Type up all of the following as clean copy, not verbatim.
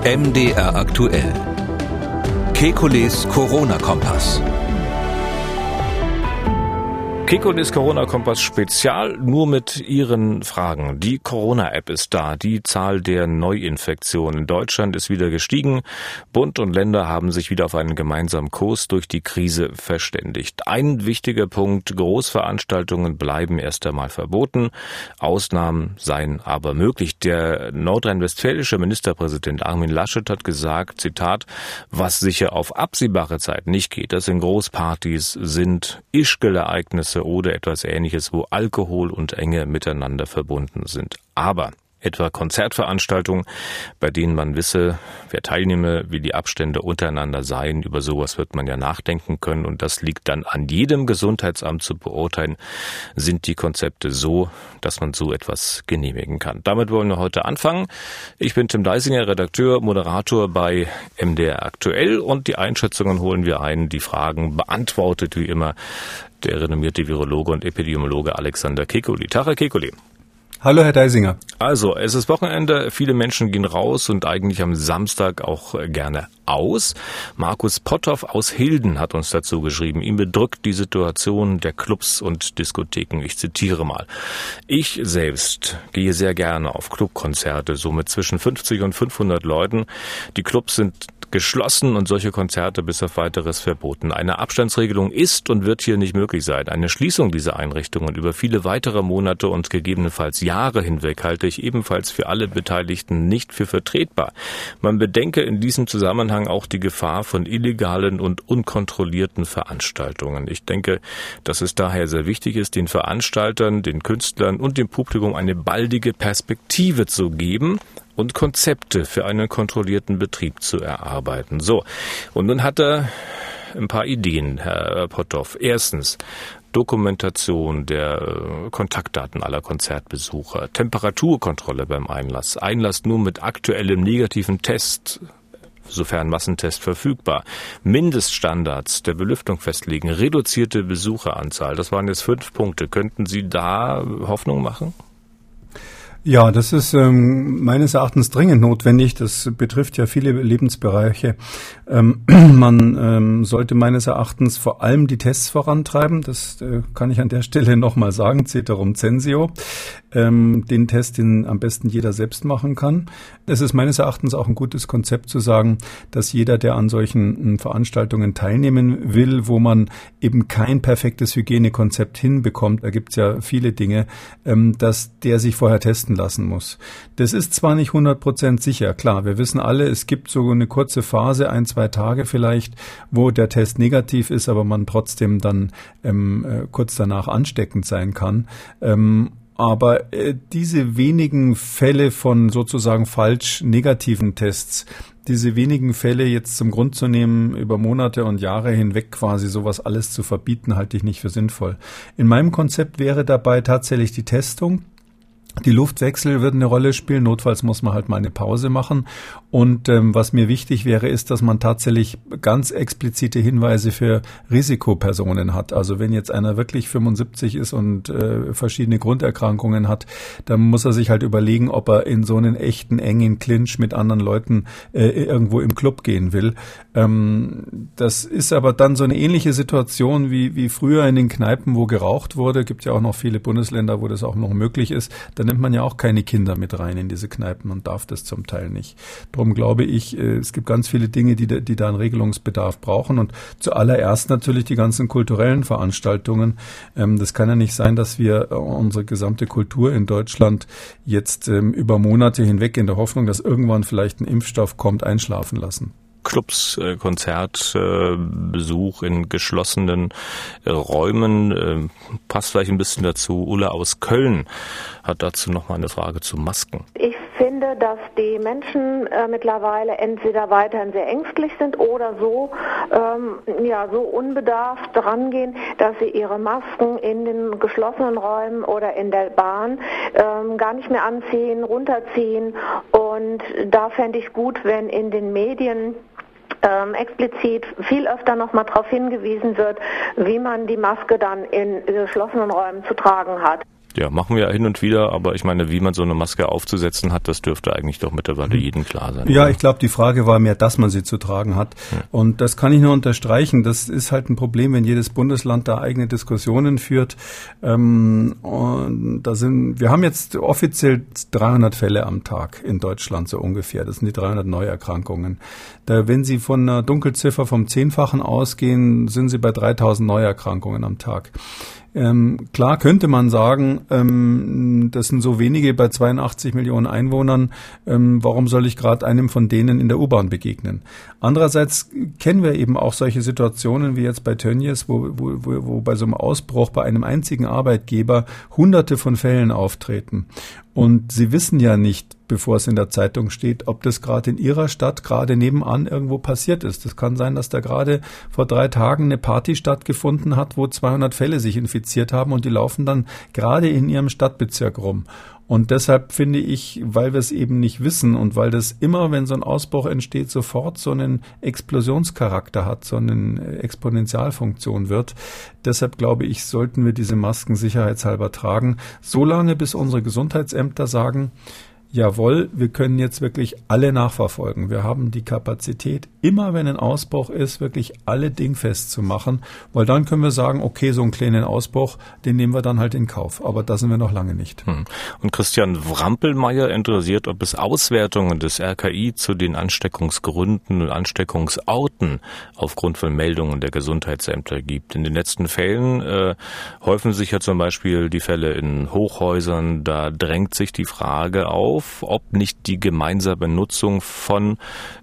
MDR aktuell. Kekules Corona-Kompass. Kekules Corona-Kompass Spezial, nur mit Ihren Fragen. Die Corona-App ist da. Die Zahl der Neuinfektionen in Deutschland ist wieder gestiegen. Bund und Länder haben sich wieder auf einen gemeinsamen Kurs durch die Krise verständigt. Ein wichtiger Punkt: Großveranstaltungen bleiben erst einmal verboten. Ausnahmen seien aber möglich. Der nordrhein-westfälische Ministerpräsident Armin Laschet hat gesagt, Zitat, was sicher auf absehbare Zeit nicht geht, das sind Großpartys, sind Ischgl-Ereignisse oder etwas Ähnliches, wo Alkohol und Enge miteinander verbunden sind. Aber etwa Konzertveranstaltungen, bei denen man wisse, wer teilnehme, wie die Abstände untereinander seien, über sowas wird man ja nachdenken können und das liegt dann an jedem Gesundheitsamt zu beurteilen, sind die Konzepte so, dass man so etwas genehmigen kann. Damit wollen wir heute anfangen. Ich bin Tim Deisinger, Redakteur, Moderator bei MDR aktuell und die Einschätzungen holen wir ein, die Fragen beantwortet wie immer der renommierte Virologe und Epidemiologe Alexander Kekulé. Tag, Herr Kekulé. Hallo, Herr Deisinger. Also, es ist Wochenende, viele Menschen gehen raus und eigentlich am Samstag auch gerne aus. Markus Potthoff aus Hilden hat uns dazu geschrieben, ihm bedrückt die Situation der Clubs und Diskotheken. Ich zitiere mal. Ich selbst gehe sehr gerne auf Clubkonzerte, so mit zwischen 50 und 500 Leuten. Die Clubs sind geschlossen und solche Konzerte bis auf Weiteres verboten. Eine Abstandsregelung ist und wird hier nicht möglich sein. Eine Schließung dieser Einrichtungen über viele weitere Monate und gegebenenfalls Jahre hinweg halte ich ebenfalls für alle Beteiligten nicht für vertretbar. Man bedenke in diesem Zusammenhang auch die Gefahr von illegalen und unkontrollierten Veranstaltungen. Ich denke, dass es daher sehr wichtig ist, den Veranstaltern, den Künstlern und dem Publikum eine baldige Perspektive zu geben und Konzepte für einen kontrollierten Betrieb zu erarbeiten. So, und nun hat er ein paar Ideen, Herr Potthoff. Erstens, Dokumentation der Kontaktdaten aller Konzertbesucher, Temperaturkontrolle beim Einlass, Einlass nur mit aktuellem negativen Test, sofern Massentest verfügbar, Mindeststandards der Belüftung festlegen, reduzierte Besucheranzahl. Das waren jetzt 5 Punkte. Könnten Sie da Hoffnung machen? Ja, das ist meines Erachtens dringend notwendig. Das betrifft ja viele Lebensbereiche. Man sollte meines Erachtens vor allem die Tests vorantreiben. Das kann ich an der Stelle nochmal sagen, Ceterum censeo. Den Test, den am besten jeder selbst machen kann. Es ist meines Erachtens auch ein gutes Konzept zu sagen, dass jeder, der an solchen Veranstaltungen teilnehmen will, wo man eben kein perfektes Hygienekonzept hinbekommt, da gibt's ja viele Dinge, dass der sich vorher testen lassen muss. Das ist zwar nicht 100% sicher, klar, wir wissen alle, es gibt so eine kurze Phase, 1-2 Tage vielleicht, wo der Test negativ ist, aber man trotzdem dann kurz danach ansteckend sein kann. Aber diese wenigen Fälle von sozusagen falsch negativen Tests, diese wenigen Fälle jetzt zum Grund zu nehmen, über Monate und Jahre hinweg quasi sowas alles zu verbieten, halte ich nicht für sinnvoll. In meinem Konzept wäre dabei tatsächlich die Testung. Die Luftwechsel würden eine Rolle spielen. Notfalls muss man halt mal eine Pause machen. Und was mir wichtig wäre, ist, dass man tatsächlich ganz explizite Hinweise für Risikopersonen hat. Also wenn jetzt einer wirklich 75 ist und verschiedene Grunderkrankungen hat, dann muss er sich halt überlegen, ob er in so einen echten, engen Clinch mit anderen Leuten irgendwo im Club gehen will. Das ist aber dann so eine ähnliche Situation wie früher in den Kneipen, wo geraucht wurde. Gibt ja auch noch viele Bundesländer, wo das auch noch möglich ist. Da nimmt man ja auch keine Kinder mit rein in diese Kneipen und darf das zum Teil nicht. Darum glaube ich, es gibt ganz viele Dinge, die da einen Regelungsbedarf brauchen und zuallererst natürlich die ganzen kulturellen Veranstaltungen. Das kann ja nicht sein, dass wir unsere gesamte Kultur in Deutschland jetzt über Monate hinweg in der Hoffnung, dass irgendwann vielleicht ein Impfstoff kommt, einschlafen lassen. Clubs, Konzertbesuch in geschlossenen Räumen. Passt vielleicht ein bisschen dazu. Ulla aus Köln hat dazu noch mal eine Frage zu Masken. Ich finde, dass die Menschen mittlerweile entweder weiterhin sehr ängstlich sind oder so unbedarft rangehen, dass sie ihre Masken in den geschlossenen Räumen oder in der Bahn gar nicht mehr anziehen, runterziehen. Und da fände ich gut, wenn in den Medien explizit viel öfter nochmal darauf hingewiesen wird, wie man die Maske dann in geschlossenen Räumen zu tragen hat. Ja, machen wir ja hin und wieder, aber ich meine, wie man so eine Maske aufzusetzen hat, das dürfte eigentlich doch mittlerweile jedem klar sein. Ja, ich glaube, die Frage war mehr, dass man sie zu tragen hat. Und das kann ich nur unterstreichen. Das ist halt ein Problem, wenn jedes Bundesland da eigene Diskussionen führt. Und wir haben jetzt offiziell 300 Fälle am Tag in Deutschland so ungefähr. Das sind die 300 Neuerkrankungen. Wenn Sie von einer Dunkelziffer vom 10-fachen ausgehen, sind Sie bei 3000 Neuerkrankungen am Tag. Klar könnte man sagen, das sind so wenige bei 82 Millionen Einwohnern, warum soll ich gerade einem von denen in der U-Bahn begegnen? Andererseits kennen wir eben auch solche Situationen wie jetzt bei Tönnies, wo bei so einem Ausbruch bei einem einzigen Arbeitgeber Hunderte von Fällen auftreten. Und Sie wissen ja nicht, bevor es in der Zeitung steht, ob das gerade in Ihrer Stadt gerade nebenan irgendwo passiert ist. Das kann sein, dass da gerade vor 3 Tagen eine Party stattgefunden hat, wo 200 Fälle sich infiziert haben und die laufen dann gerade in Ihrem Stadtbezirk rum. Und deshalb finde ich, weil wir es eben nicht wissen und weil das immer, wenn so ein Ausbruch entsteht, sofort so einen Explosionscharakter hat, so eine Exponentialfunktion wird. Deshalb glaube ich, sollten wir diese Masken sicherheitshalber tragen, solange bis unsere Gesundheitsämter sagen, jawohl, wir können jetzt wirklich alle nachverfolgen. Wir haben die Kapazität, immer wenn ein Ausbruch ist, wirklich alle dingfest zu machen, weil dann können wir sagen, okay, so einen kleinen Ausbruch, den nehmen wir dann halt in Kauf. Aber da sind wir noch lange nicht. Und Christian Wrampelmeier interessiert, ob es Auswertungen des RKI zu den Ansteckungsgründen und Ansteckungsorten aufgrund von Meldungen der Gesundheitsämter gibt. In den letzten Fällen häufen sich ja zum Beispiel die Fälle in Hochhäusern. Da drängt sich die Frage auf, ob nicht die gemeinsame Nutzung von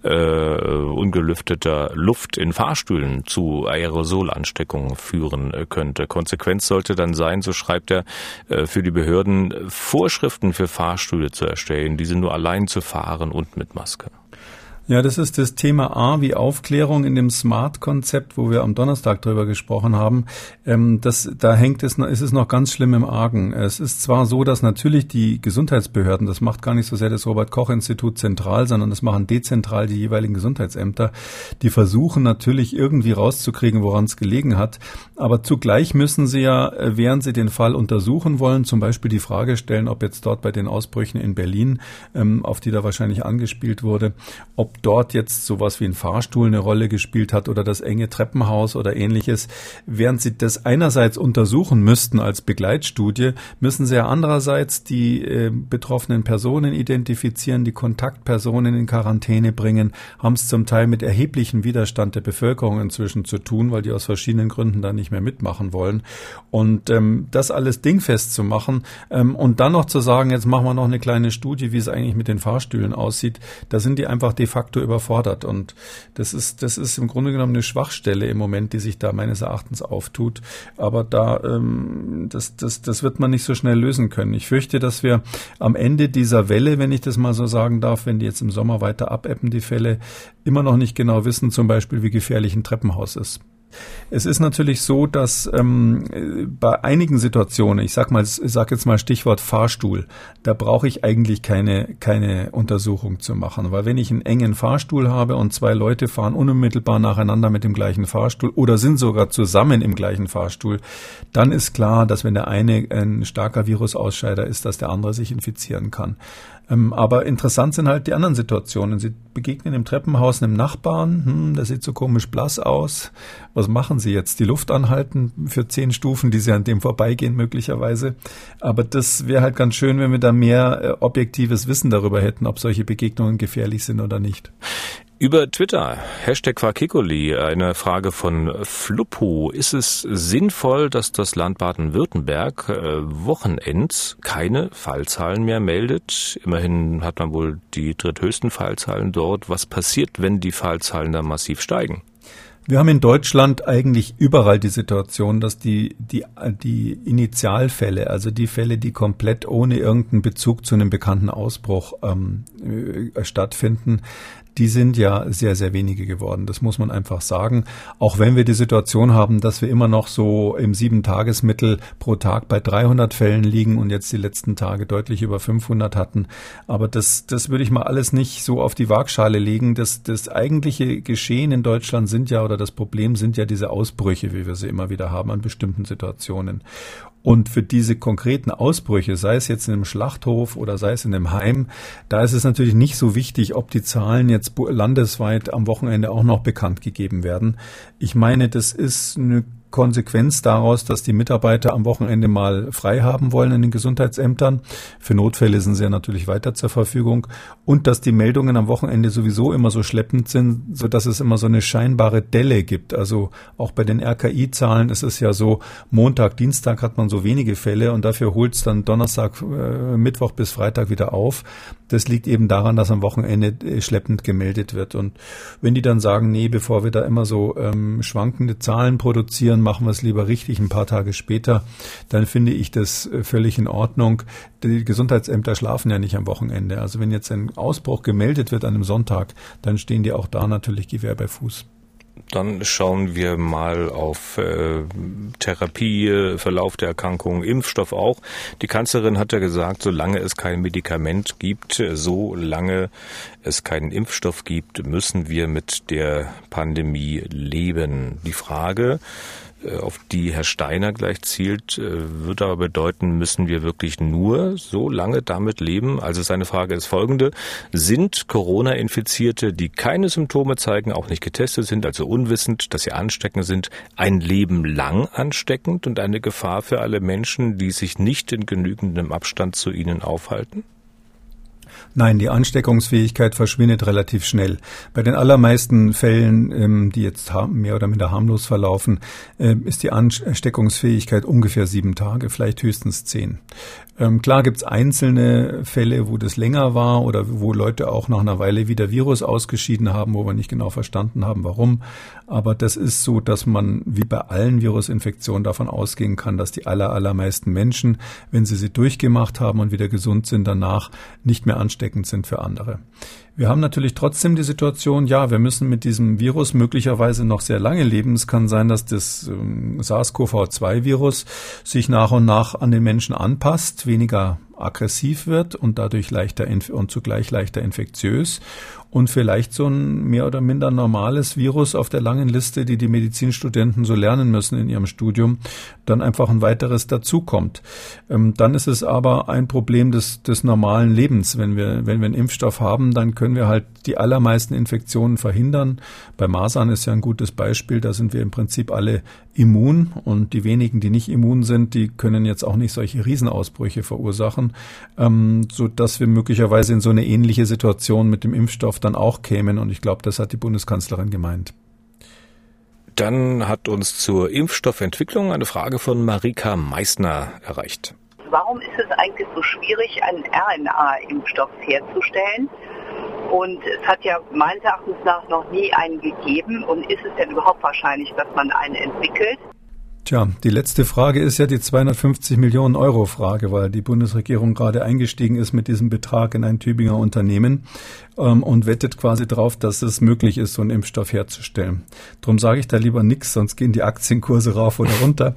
ungelüfteter Luft in Fahrstühlen zu Aerosolansteckungen führen könnte. Konsequenz sollte dann sein, so schreibt er, für die Behörden Vorschriften für Fahrstühle zu erstellen, diese nur allein zu fahren und mit Maske. Ja, das ist das Thema A wie Aufklärung in dem SMART-Konzept, wo wir am Donnerstag drüber gesprochen haben. Ist es noch ganz schlimm im Argen. Es ist zwar so, dass natürlich die Gesundheitsbehörden, das macht gar nicht so sehr das Robert-Koch-Institut zentral, sondern das machen dezentral die jeweiligen Gesundheitsämter, die versuchen natürlich irgendwie rauszukriegen, woran es gelegen hat. Aber zugleich müssen sie ja, während sie den Fall untersuchen wollen, zum Beispiel die Frage stellen, ob jetzt dort bei den Ausbrüchen in Berlin, auf die da wahrscheinlich angespielt wurde, ob dort jetzt sowas wie ein Fahrstuhl eine Rolle gespielt hat oder das enge Treppenhaus oder ähnliches. Während sie das einerseits untersuchen müssten als Begleitstudie, müssen sie ja andererseits die betroffenen Personen identifizieren, die Kontaktpersonen in Quarantäne bringen, haben es zum Teil mit erheblichem Widerstand der Bevölkerung inzwischen zu tun, weil die aus verschiedenen Gründen da nicht mehr mitmachen wollen. Und das alles dingfest zu machen und dann noch zu sagen, jetzt machen wir noch eine kleine Studie, wie es eigentlich mit den Fahrstühlen aussieht, da sind die einfach de facto überfordert. Und das ist im Grunde genommen eine Schwachstelle im Moment, die sich da meines Erachtens auftut. Aber das wird man nicht so schnell lösen können. Ich fürchte, dass wir am Ende dieser Welle, wenn ich das mal so sagen darf, wenn die jetzt im Sommer weiter abebben, die Fälle, immer noch nicht genau wissen, zum Beispiel, wie gefährlich ein Treppenhaus ist. Es ist natürlich so, dass bei einigen Situationen, ich sag jetzt mal Stichwort Fahrstuhl, da brauche ich eigentlich keine Untersuchung zu machen, weil wenn ich einen engen Fahrstuhl habe und 2 Leute fahren unmittelbar nacheinander mit dem gleichen Fahrstuhl oder sind sogar zusammen im gleichen Fahrstuhl, dann ist klar, dass wenn der eine ein starker Virusausscheider ist, dass der andere sich infizieren kann. Aber interessant sind halt die anderen Situationen. Sie begegnen im Treppenhaus einem Nachbarn, der sieht so komisch blass aus. Was machen Sie jetzt? Die Luft anhalten für 10 Stufen, die Sie an dem vorbeigehen möglicherweise. Aber das wäre halt ganz schön, wenn wir da mehr objektives Wissen darüber hätten, ob solche Begegnungen gefährlich sind oder nicht. Über Twitter, #Fakekoli, eine Frage von Fluppu. Ist es sinnvoll, dass das Land Baden-Württemberg Wochenends keine Fallzahlen mehr meldet? Immerhin hat man wohl die dritthöchsten Fallzahlen dort. Was passiert, wenn die Fallzahlen da massiv steigen? Wir haben in Deutschland eigentlich überall die Situation, dass die Initialfälle, also die Fälle, die komplett ohne irgendeinen Bezug zu einem bekannten Ausbruch stattfinden, die sind ja sehr, sehr wenige geworden. Das muss man einfach sagen. Auch wenn wir die Situation haben, dass wir immer noch so im 7-Tagesmittel pro Tag bei 300 Fällen liegen und jetzt die letzten Tage deutlich über 500 hatten. Aber das würde ich mal alles nicht so auf die Waagschale legen. Das eigentliche Geschehen in Deutschland sind ja, oder das Problem sind ja diese Ausbrüche, wie wir sie immer wieder haben an bestimmten Situationen. Und für diese konkreten Ausbrüche, sei es jetzt in einem Schlachthof oder sei es in einem Heim, da ist es natürlich nicht so wichtig, ob die Zahlen jetzt landesweit am Wochenende auch noch bekannt gegeben werden. Ich meine, das ist eine Konsequenz daraus, dass die Mitarbeiter am Wochenende mal frei haben wollen in den Gesundheitsämtern. Für Notfälle sind sie ja natürlich weiter zur Verfügung. Und dass die Meldungen am Wochenende sowieso immer so schleppend sind, sodass es immer so eine scheinbare Delle gibt. Also auch bei den RKI-Zahlen ist es ja so, Montag, Dienstag hat man so wenige Fälle und dafür holt es dann Donnerstag, Mittwoch bis Freitag wieder auf. Das liegt eben daran, dass am Wochenende schleppend gemeldet wird. Und wenn die dann sagen, nee, bevor wir da immer so schwankende Zahlen produzieren, machen wir es lieber richtig ein paar Tage später, dann finde ich das völlig in Ordnung. Die Gesundheitsämter schlafen ja nicht am Wochenende. Also wenn jetzt ein Ausbruch gemeldet wird an einem Sonntag, dann stehen die auch da natürlich Gewehr bei Fuß. Dann schauen wir mal auf Therapie, Verlauf der Erkrankung, Impfstoff auch. Die Kanzlerin hat ja gesagt, solange es kein Medikament gibt, solange es keinen Impfstoff gibt, müssen wir mit der Pandemie leben. Die Frage, auf die Herr Steiner gleich zielt, würde aber bedeuten, müssen wir wirklich nur so lange damit leben? Also seine Frage ist folgende: Sind Corona-Infizierte, die keine Symptome zeigen, auch nicht getestet sind, also unwissend, dass sie ansteckend sind, ein Leben lang ansteckend und eine Gefahr für alle Menschen, die sich nicht in genügendem Abstand zu ihnen aufhalten? Nein, die Ansteckungsfähigkeit verschwindet relativ schnell. Bei den allermeisten Fällen, die jetzt mehr oder minder harmlos verlaufen, ist die Ansteckungsfähigkeit ungefähr 7 Tage, vielleicht höchstens 10. Klar gibt's einzelne Fälle, wo das länger war oder wo Leute auch nach einer Weile wieder Virus ausgeschieden haben, wo wir nicht genau verstanden haben, warum. Aber das ist so, dass man wie bei allen Virusinfektionen davon ausgehen kann, dass die allermeisten Menschen, wenn sie durchgemacht haben und wieder gesund sind, danach nicht mehr ansteckend sind für andere. Wir haben natürlich trotzdem die Situation, ja, wir müssen mit diesem Virus möglicherweise noch sehr lange leben. Es kann sein, dass das SARS-CoV-2-Virus sich nach und nach an den Menschen anpasst, weniger aggressiv wird und dadurch zugleich leichter infektiös und vielleicht so ein mehr oder minder normales Virus auf der langen Liste, die Medizinstudenten so lernen müssen in ihrem Studium, dann einfach ein weiteres dazukommt. Dann ist es aber ein Problem des normalen Lebens. Wenn wir einen Impfstoff haben, dann können wir halt die allermeisten Infektionen verhindern. Bei Masern ist ja ein gutes Beispiel, da sind wir im Prinzip alle immun und die wenigen, die nicht immun sind, die können jetzt auch nicht solche Riesenausbrüche verursachen, so dass wir möglicherweise in so eine ähnliche Situation mit dem Impfstoff dann auch kämen und ich glaube, das hat die Bundeskanzlerin gemeint. Dann hat uns zur Impfstoffentwicklung eine Frage von Marika Meissner erreicht. Warum ist es eigentlich so schwierig, einen RNA-Impfstoff herzustellen? Und es hat ja meines Erachtens nach noch nie einen gegeben. Und ist es denn überhaupt wahrscheinlich, dass man einen entwickelt? Tja, die letzte Frage ist ja die 250 Millionen Euro Frage, weil die Bundesregierung gerade eingestiegen ist mit diesem Betrag in ein Tübinger Unternehmen und wettet quasi drauf, dass es möglich ist, so einen Impfstoff herzustellen. Drum sage ich da lieber nichts, sonst gehen die Aktienkurse rauf oder runter.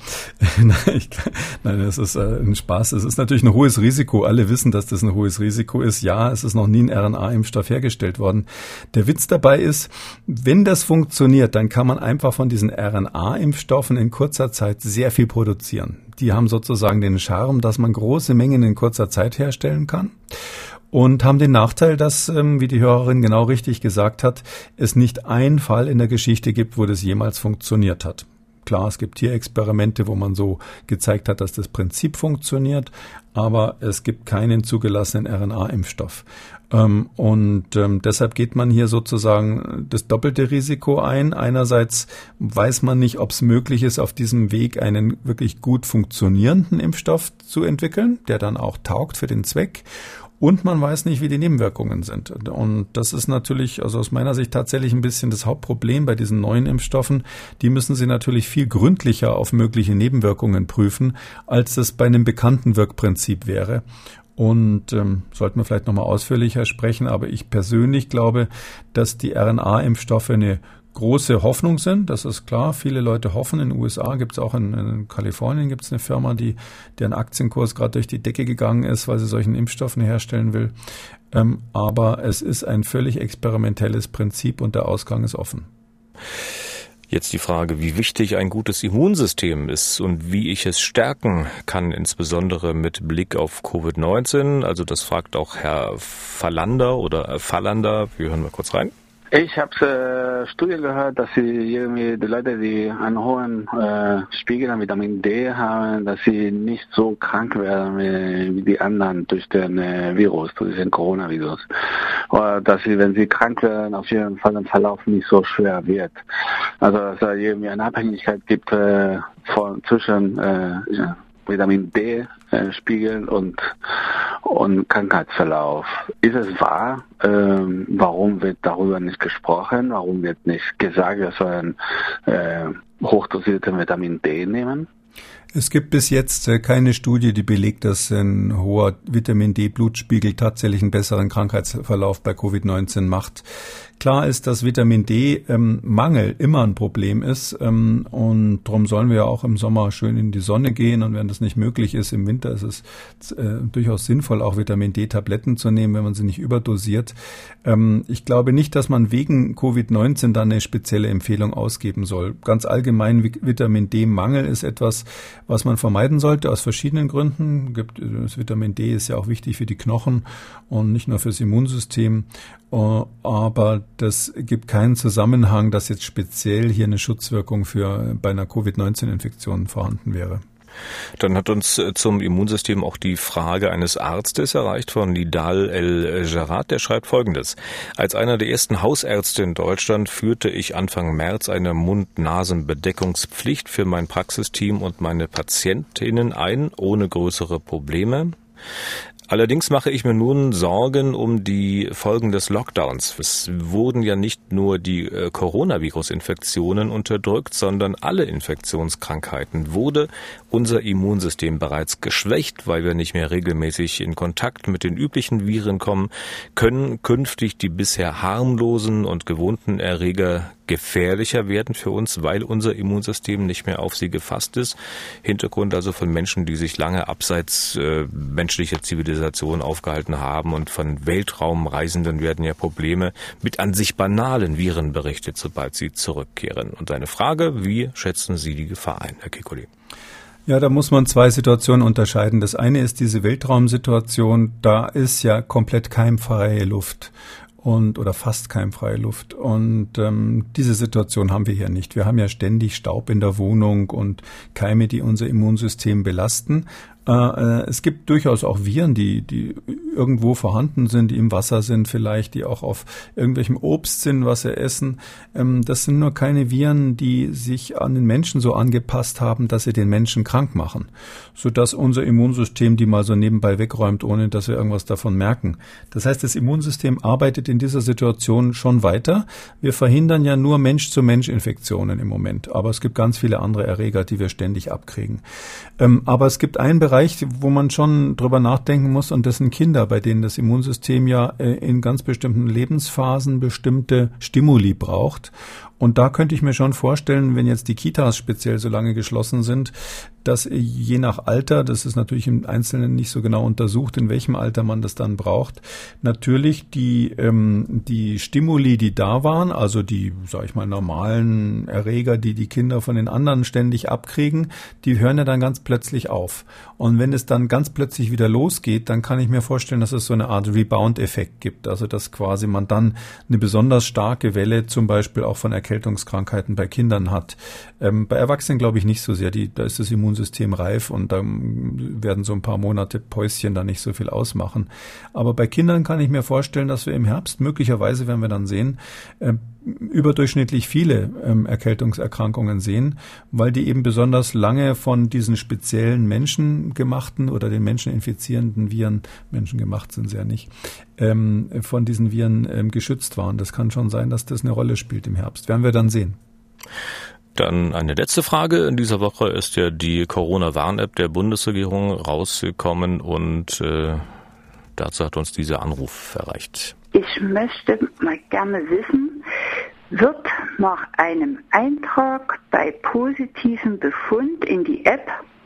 Nein, das ist ein Spaß. Es ist natürlich ein hohes Risiko. Alle wissen, dass das ein hohes Risiko ist. Ja, es ist noch nie ein RNA-Impfstoff hergestellt worden. Der Witz dabei ist, wenn das funktioniert, dann kann man einfach von diesen RNA-Impfstoffen in kurzer Zeit sehr viel produzieren. Die haben sozusagen den Charme, dass man große Mengen in kurzer Zeit herstellen kann und haben den Nachteil, dass, wie die Hörerin genau richtig gesagt hat, es nicht einen Fall in der Geschichte gibt, wo das jemals funktioniert hat. Klar, es gibt Tierexperimente, wo man so gezeigt hat, dass das Prinzip funktioniert, aber es gibt keinen zugelassenen RNA-Impfstoff. Deshalb geht man hier sozusagen das doppelte Risiko ein. Einerseits weiß man nicht, ob es möglich ist, auf diesem Weg einen wirklich gut funktionierenden Impfstoff zu entwickeln, der dann auch taugt für den Zweck. Und man weiß nicht, wie die Nebenwirkungen sind. Und das ist natürlich, also aus meiner Sicht tatsächlich ein bisschen das Hauptproblem bei diesen neuen Impfstoffen. Die müssen Sie natürlich viel gründlicher auf mögliche Nebenwirkungen prüfen, als das bei einem bekannten Wirkprinzip wäre. Und sollten wir vielleicht nochmal ausführlicher sprechen, aber ich persönlich glaube, dass die RNA-Impfstoffe eine große Hoffnung sind, das ist klar. Viele Leute hoffen. In den USA gibt es auch in Kalifornien gibt es eine Firma, deren Aktienkurs gerade durch die Decke gegangen ist, weil sie solchen Impfstoffen herstellen will. Aber es ist ein völlig experimentelles Prinzip und der Ausgang ist offen. Jetzt die Frage, wie wichtig ein gutes Immunsystem ist und wie ich es stärken kann, insbesondere mit Blick auf Covid-19. Also das fragt auch Herr Fallander oder Fallander. Wir hören mal kurz rein. Ich habe Studien gehört, dass die Leute, die einen hohen Spiegel an Vitamin D haben, dass sie nicht so krank werden wie die anderen durch den Virus, durch den Coronavirus. Oder dass sie, wenn sie krank werden, auf jeden Fall im Verlauf nicht so schwer wird. Also dass es irgendwie eine Abhängigkeit gibt zwischen Vitamin D Spiegel und Krankheitsverlauf. Ist es wahr? Warum wird darüber nicht gesprochen? Warum wird nicht gesagt, wir sollen hochdosierten Vitamin D nehmen? Es gibt bis jetzt keine Studie, die belegt, dass ein hoher Vitamin-D-Blutspiegel tatsächlich einen besseren Krankheitsverlauf bei Covid-19 macht. Klar ist, dass Vitamin D-Mangel immer ein Problem ist und darum sollen wir ja auch im Sommer schön in die Sonne gehen und wenn das nicht möglich ist, im Winter ist es durchaus sinnvoll, auch Vitamin D-Tabletten zu nehmen, wenn man sie nicht überdosiert. Ich glaube nicht, dass man wegen Covid-19 dann eine spezielle Empfehlung ausgeben soll. Ganz allgemein, Vitamin D-Mangel ist etwas, was man vermeiden sollte aus verschiedenen Gründen. Das Vitamin D ist ja auch wichtig für die Knochen und nicht nur fürs Immunsystem. Aber das gibt keinen Zusammenhang, dass jetzt speziell hier eine Schutzwirkung bei einer Covid-19-Infektion vorhanden wäre. Dann hat uns zum Immunsystem auch die Frage eines Arztes erreicht von Nidal El-Jarrad, der schreibt Folgendes. Als einer der ersten Hausärzte in Deutschland führte ich Anfang März eine Mund-Nasen-Bedeckungspflicht für mein Praxisteam und meine Patientinnen ein, ohne größere Probleme. Allerdings mache ich mir nun Sorgen um die Folgen des Lockdowns. Es wurden ja nicht nur die Coronavirus-Infektionen unterdrückt, sondern alle Infektionskrankheiten. Wurde unser Immunsystem bereits geschwächt, weil wir nicht mehr regelmäßig in Kontakt mit den üblichen Viren kommen, können künftig die bisher harmlosen und gewohnten Erreger gefährlicher werden für uns, weil unser Immunsystem nicht mehr auf sie gefasst ist. Hintergrund also von Menschen, die sich lange abseits menschlicher Zivilisation aufgehalten haben und von Weltraumreisenden werden ja Probleme mit an sich banalen Viren berichtet, sobald sie zurückkehren. Und eine Frage, wie schätzen Sie die Gefahr ein, Herr Kekulé? Ja, da muss man zwei Situationen unterscheiden. Das eine ist diese Weltraumsituation, da ist ja komplett keimfreie Luft. Oder fast keimfreie Luft. Und diese Situation haben wir hier nicht. Wir haben ja ständig Staub in der Wohnung und Keime, die unser Immunsystem belasten. Es gibt durchaus auch Viren, die irgendwo vorhanden sind, die im Wasser sind vielleicht, die auch auf irgendwelchem Obst sind, was wir essen. Das sind nur keine Viren, die sich an den Menschen so angepasst haben, dass sie den Menschen krank machen, sodass unser Immunsystem die mal so nebenbei wegräumt, ohne dass wir irgendwas davon merken. Das heißt, das Immunsystem arbeitet in dieser Situation schon weiter. Wir verhindern ja nur Mensch-zu-Mensch-Infektionen im Moment, aber es gibt ganz viele andere Erreger, die wir ständig abkriegen. Aber es gibt einen Bereich, wo man schon drüber nachdenken muss, und das sind Kinder, bei denen das Immunsystem ja in ganz bestimmten Lebensphasen bestimmte Stimuli braucht. Und da könnte ich mir schon vorstellen, wenn jetzt die Kitas speziell so lange geschlossen sind, dass je nach Alter, das ist natürlich im Einzelnen nicht so genau untersucht, in welchem Alter man das dann braucht, natürlich die Stimuli, die da waren, also die, sag ich mal, normalen Erreger, die Kinder von den anderen ständig abkriegen, die hören ja dann ganz plötzlich auf. Und wenn es dann ganz plötzlich wieder losgeht, dann kann ich mir vorstellen, dass es so eine Art Rebound-Effekt gibt, also dass quasi man dann eine besonders starke Welle zum Beispiel auch von Erkältungskrankheiten bei Kindern hat. Bei Erwachsenen glaube ich nicht so sehr, da ist das Immunsystem reif und da werden so ein paar Monate Päuschen da nicht so viel ausmachen. Aber bei Kindern kann ich mir vorstellen, dass wir im Herbst, möglicherweise werden wir dann sehen, überdurchschnittlich viele Erkältungserkrankungen sehen, weil die eben besonders lange von diesen speziellen menschengemachten oder den Menschen infizierenden Viren, menschengemacht sind sie ja nicht, von diesen Viren geschützt waren. Das kann schon sein, dass das eine Rolle spielt im Herbst. Werden wir dann sehen. Dann eine letzte Frage. In dieser Woche ist ja die Corona-Warn-App der Bundesregierung rausgekommen und dazu hat uns dieser Anruf erreicht. Ich möchte mal gerne wissen, wird nach einem Eintrag bei positivem Befund in die App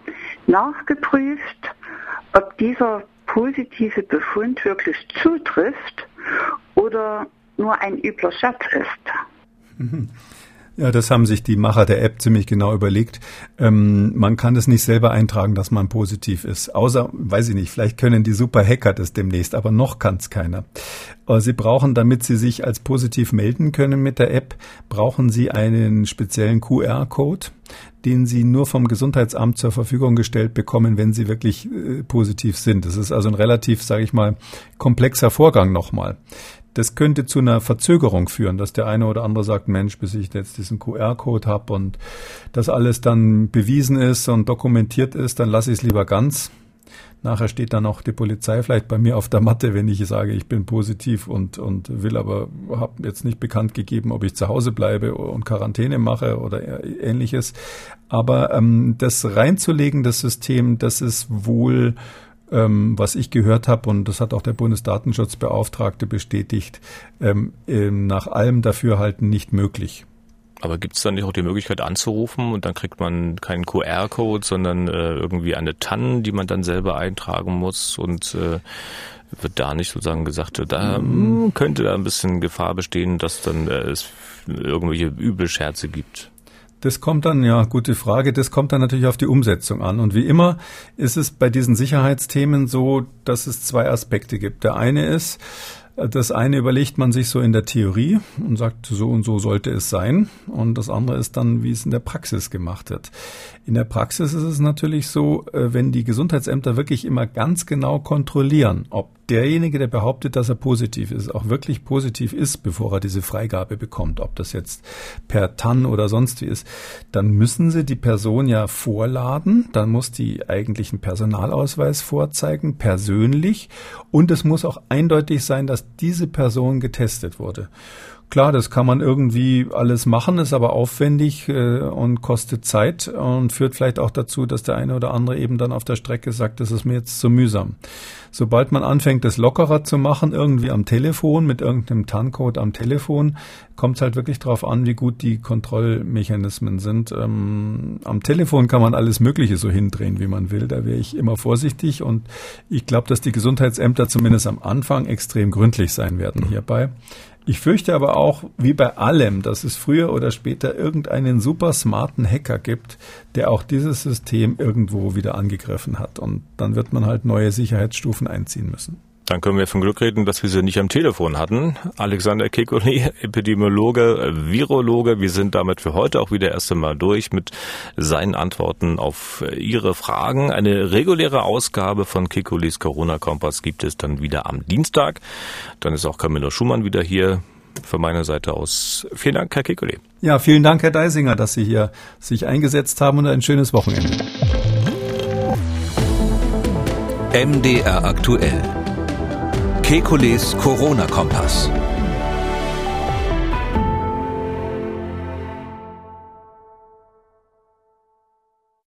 nachgeprüft, ob dieser positive Befund wirklich zutrifft oder nur ein übler Scherz ist? Ja, das haben sich die Macher der App ziemlich genau überlegt. Man kann es nicht selber eintragen, dass man positiv ist. Außer, weiß ich nicht, vielleicht können die Super-Hacker das demnächst, aber noch kann es keiner. Sie brauchen, damit Sie sich als positiv melden können mit der App, brauchen Sie einen speziellen QR-Code, den Sie nur vom Gesundheitsamt zur Verfügung gestellt bekommen, wenn Sie wirklich positiv sind. Das ist also ein relativ, sage ich mal, komplexer Vorgang nochmal. Das könnte zu einer Verzögerung führen, dass der eine oder andere sagt, Mensch, bis ich jetzt diesen QR-Code habe und das alles dann bewiesen ist und dokumentiert ist, dann lasse ich es lieber ganz. Nachher steht dann auch die Polizei vielleicht bei mir auf der Matte, wenn ich sage, ich bin positiv und will aber, habe jetzt nicht bekannt gegeben, ob ich zu Hause bleibe und Quarantäne mache oder Ähnliches. Aber das reinzulegen, das System, das ist wohl was ich gehört habe, und das hat auch der Bundesdatenschutzbeauftragte bestätigt, nach allem Dafürhalten nicht möglich. Aber gibt es dann nicht auch die Möglichkeit anzurufen und dann kriegt man keinen QR-Code, sondern irgendwie eine TAN, die man dann selber eintragen muss und wird da nicht sozusagen gesagt, da könnte da ein bisschen Gefahr bestehen, dass dann es irgendwelche Übelscherze gibt? Das kommt dann, ja, gute Frage, das kommt dann natürlich auf die Umsetzung an. Und wie immer ist es bei diesen Sicherheitsthemen so, dass es zwei Aspekte gibt. Der eine ist, das eine überlegt man sich so in der Theorie und sagt, so und so sollte es sein. Und das andere ist dann, wie es in der Praxis gemacht wird. In der Praxis ist es natürlich so, wenn die Gesundheitsämter wirklich immer ganz genau kontrollieren, ob derjenige, der behauptet, dass er positiv ist, auch wirklich positiv ist, bevor er diese Freigabe bekommt, ob das jetzt per TAN oder sonst wie ist, dann müssen sie die Person ja vorladen, dann muss die eigentlichen Personalausweis vorzeigen, persönlich, und es muss auch eindeutig sein, dass diese Person getestet wurde. Klar, das kann man irgendwie alles machen, ist aber aufwendig und kostet Zeit und führt vielleicht auch dazu, dass der eine oder andere eben dann auf der Strecke sagt, das ist mir jetzt zu mühsam. Sobald man anfängt, das lockerer zu machen, irgendwie am Telefon, mit irgendeinem TAN-Code am Telefon, kommt es halt wirklich darauf an, wie gut die Kontrollmechanismen sind. Am Telefon kann man alles Mögliche so hindrehen, wie man will. Da wäre ich immer vorsichtig, und ich glaube, dass die Gesundheitsämter zumindest am Anfang extrem gründlich sein werden hierbei. Ich fürchte aber auch, wie bei allem, dass es früher oder später irgendeinen super smarten Hacker gibt, der auch dieses System irgendwo wieder angegriffen hat. Und dann wird man halt neue Sicherheitsstufen einziehen müssen. Dann können wir von Glück reden, dass wir sie nicht am Telefon hatten. Alexander Kekulé, Epidemiologe, Virologe. Wir sind damit für heute auch wieder erst einmal durch mit seinen Antworten auf Ihre Fragen. Eine reguläre Ausgabe von Kekulés Corona-Kompass gibt es dann wieder am Dienstag. Dann ist auch Camilla Schumann wieder hier. Von meiner Seite aus vielen Dank, Herr Kekulé. Ja, vielen Dank, Herr Deisinger, dass Sie hier sich eingesetzt haben, und ein schönes Wochenende. MDR aktuell. Kekulés Corona-Kompass.